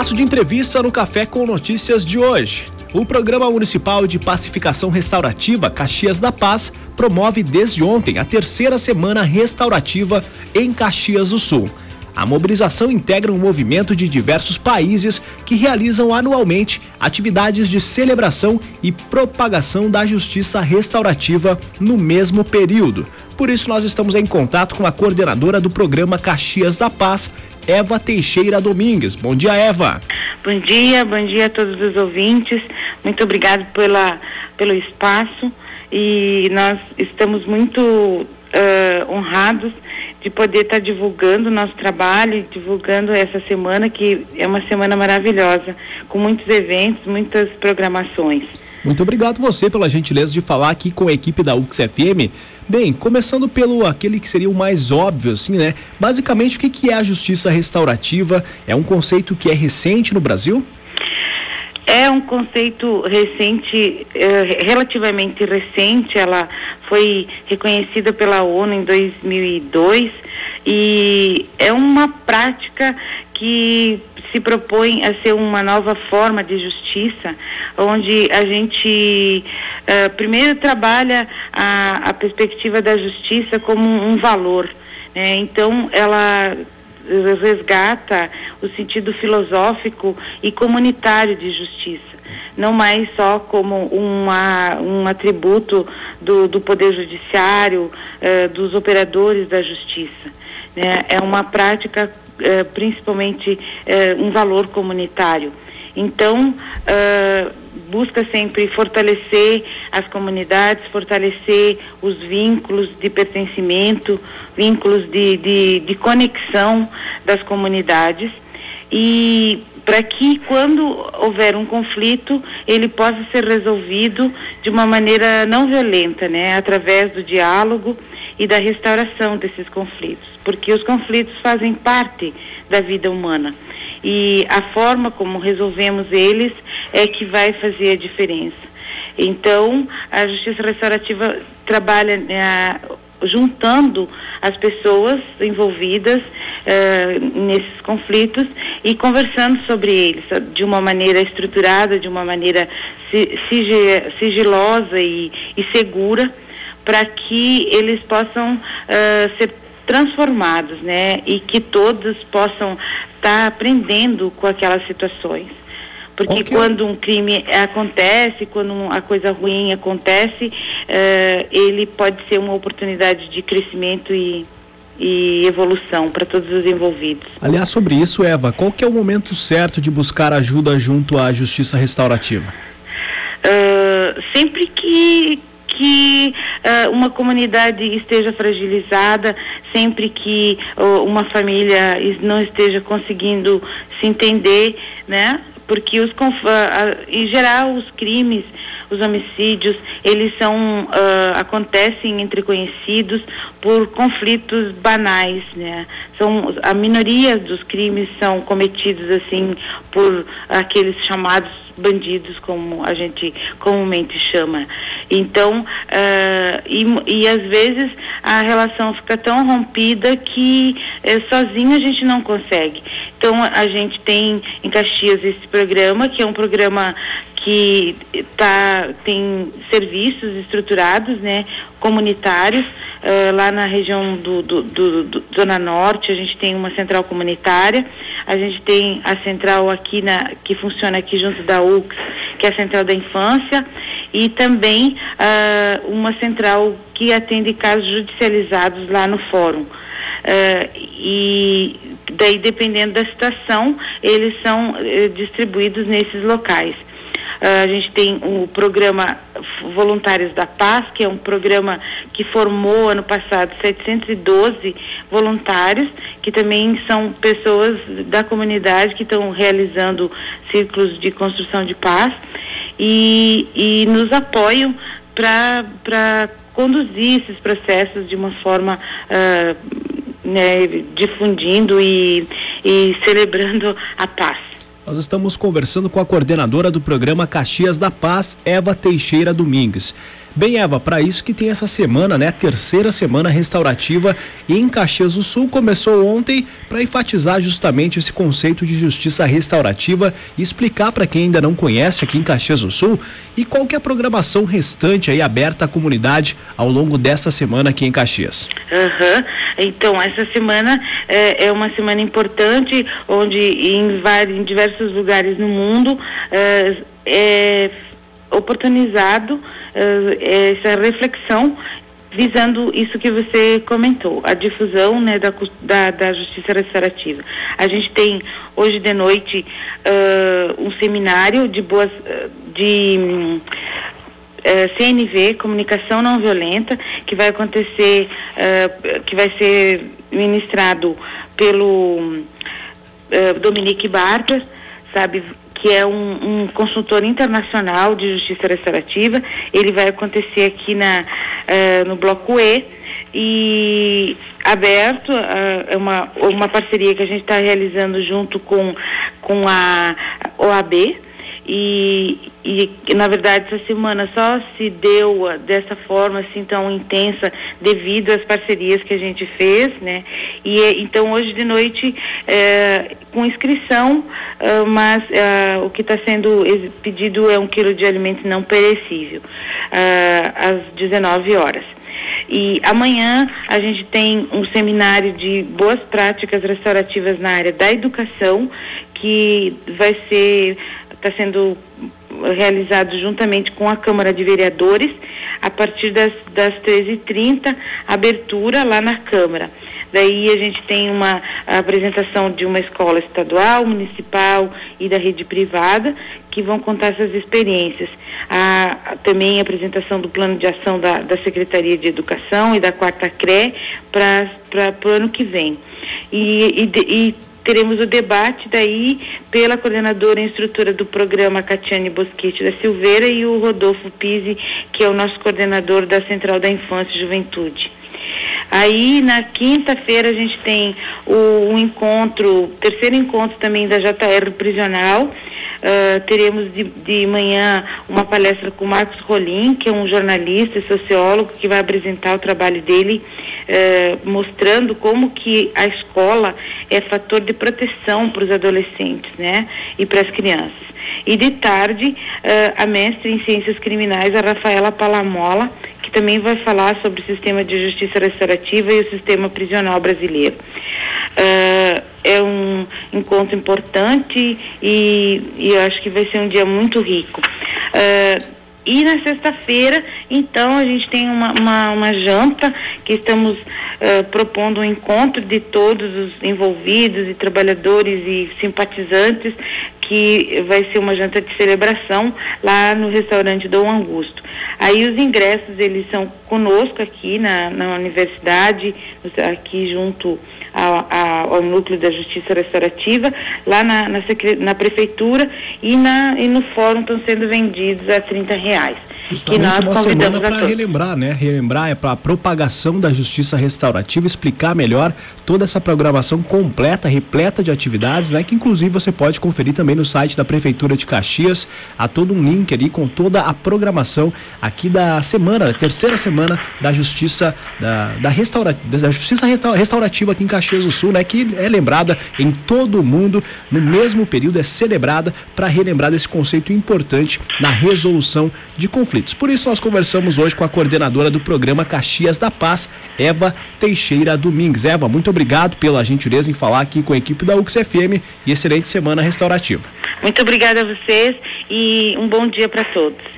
Espaço de entrevista no Café com Notícias de hoje. O Programa Municipal de Pacificação Restaurativa Caxias da Paz promove desde ontem a 3ª Semana Restaurativa em Caxias do Sul. A mobilização integra um movimento de diversos países que realizam anualmente atividades de celebração e propagação da justiça restaurativa no mesmo período. Por isso, nós estamos em contato com a coordenadora do programa Caxias da Paz, Eva Teixeira Domingues. Bom dia, Eva. Bom dia a todos os ouvintes. Muito obrigado pelo espaço e nós estamos muito honrados de poder estar divulgando o nosso trabalho e divulgando essa semana, que é uma semana maravilhosa, com muitos eventos, muitas programações. Muito obrigado você pela gentileza de falar aqui com a equipe da UXFM. Bem, começando pelo aquele que seria o mais óbvio, assim, né? Basicamente, o que é a justiça restaurativa? É um conceito que é recente no Brasil? É um conceito recente, relativamente recente. Ela foi reconhecida pela ONU em 2002 e é uma prática que se propõe a ser uma nova forma de justiça, onde a gente primeiro trabalha a perspectiva da justiça como um valor, né? Então ela resgata o sentido filosófico e comunitário de justiça, não mais só como um atributo do Poder Judiciário, dos operadores da justiça, né? É uma prática, principalmente um valor comunitário. Então, busca sempre fortalecer as comunidades, fortalecer os vínculos de pertencimento, vínculos de conexão das comunidades, e para que quando houver um conflito, ele possa ser resolvido de uma maneira não violenta, né? Através do diálogo e da restauração desses conflitos, porque os conflitos fazem parte da vida humana e a forma como resolvemos eles é que vai fazer a diferença. Então, a justiça restaurativa trabalha juntando as pessoas envolvidas nesses conflitos e conversando sobre eles de uma maneira estruturada, de uma maneira sigilosa e segura, para que eles possam ser transformados, né? E que todos possam estar aprendendo com aquelas situações. Porque quando um crime acontece, quando a coisa ruim acontece, ele pode ser uma oportunidade de crescimento e evolução para todos os envolvidos. Aliás, sobre isso, Eva, qual que é o momento certo de buscar ajuda junto à justiça restaurativa? Sempre que uma comunidade esteja fragilizada, sempre que uma família não esteja conseguindo se entender, né? Porque em geral os crimes, os homicídios, eles acontecem entre conhecidos por conflitos banais, né? A minoria dos crimes são cometidos assim por aqueles chamados bandidos, como a gente comumente chama. Então, e às vezes a relação fica tão rompida que sozinho a gente não consegue. Então, a gente tem em Caxias esse programa, que é um programa que tem serviços estruturados, né, comunitários. Lá na região do Zona Norte, a gente tem uma central comunitária, a gente tem a central aqui que funciona aqui junto da UX, que é a central da infância, e também uma central que atende casos judicializados lá no fórum. E daí, dependendo da situação, eles são distribuídos nesses locais. A gente tem o programa Voluntários da Paz, que é um programa que formou ano passado 712 voluntários, que também são pessoas da comunidade que estão realizando círculos de construção de paz e nos apoiam para conduzir esses processos de uma forma difundindo e celebrando a paz. Nós estamos conversando com a coordenadora do programa Caxias da Paz, Eva Teixeira Domingues. Bem, Eva, para isso que tem essa semana, né? A terceira semana restaurativa em Caxias do Sul. Começou ontem para enfatizar justamente esse conceito de justiça restaurativa e explicar para quem ainda não conhece aqui em Caxias do Sul e qual que é a programação restante aí aberta à comunidade ao longo dessa semana aqui em Caxias. Então, essa semana é uma semana importante, onde em diversos lugares no mundo é oportunizado essa reflexão visando isso que você comentou, a difusão, né, da justiça restaurativa. A gente tem hoje de noite um seminário de CNV, Comunicação Não Violenta, que vai acontecer, que vai ser ministrado pelo Dominique Barter, sabe, que é um consultor internacional de justiça restaurativa. Ele vai acontecer aqui no Bloco E e aberto, é uma parceria que a gente está realizando junto com a OAB. E na verdade essa semana só se deu dessa forma assim tão intensa devido às parcerias que a gente fez, né? Então hoje de noite com inscrição, mas o que está sendo pedido é 1 quilo de alimento não perecível às 19 horas. E amanhã a gente tem um seminário de boas práticas restaurativas na área da educação, que está sendo realizado juntamente com a Câmara de Vereadores, a partir das 13h30, abertura lá na Câmara. Daí a gente tem uma apresentação de uma escola estadual, municipal e da rede privada, que vão contar essas experiências. Também a apresentação do plano de ação da Secretaria de Educação e da 4ª CRE para o ano que vem. E teremos o debate daí pela coordenadora e instrutora do programa, Catiane Boschetti da Silveira, e o Rodolfo Pizzi, que é o nosso coordenador da Central da Infância e Juventude. Aí na quinta-feira a gente tem o terceiro encontro também da JR Prisional. Teremos de manhã uma palestra com o Marcos Rolim, que é um jornalista e sociólogo, que vai apresentar o trabalho dele, mostrando como que a escola é fator de proteção para os adolescentes, né, e para as crianças. E de tarde, a mestre em Ciências Criminais, a Rafaela Palamola, que também vai falar sobre o sistema de justiça restaurativa e o sistema prisional brasileiro. É um encontro importante e eu acho que vai ser um dia muito rico. E na sexta-feira, então, a gente tem uma janta que estamos propondo um encontro de todos os envolvidos e trabalhadores e simpatizantes, que vai ser uma janta de celebração lá no restaurante Dom Augusto. Aí os ingressos, eles são conosco aqui na universidade, aqui junto ao núcleo da justiça restaurativa, lá na prefeitura, e no fórum estão sendo vendidos a R$30. Justamente que nós uma convidamos semana para relembrar, né? Relembrar é para a propagação da justiça restaurativa, explicar melhor toda essa programação completa, repleta de atividades, né? Que inclusive você pode conferir também no site da Prefeitura de Caxias. Há todo um link ali com toda a programação aqui da semana, da terceira semana da justiça da justiça restaurativa aqui em Caxias do Sul, né? Que é lembrada em todo o mundo, no mesmo período, é celebrada para relembrar desse conceito importante na resolução de conflitos. Por isso nós conversamos hoje com a coordenadora do programa Caxias da Paz, Eva Teixeira Domingues. Eva, muito obrigado pela gentileza em falar aqui com a equipe da UXFM e excelente semana restaurativa. Muito obrigada a vocês e um bom dia para todos.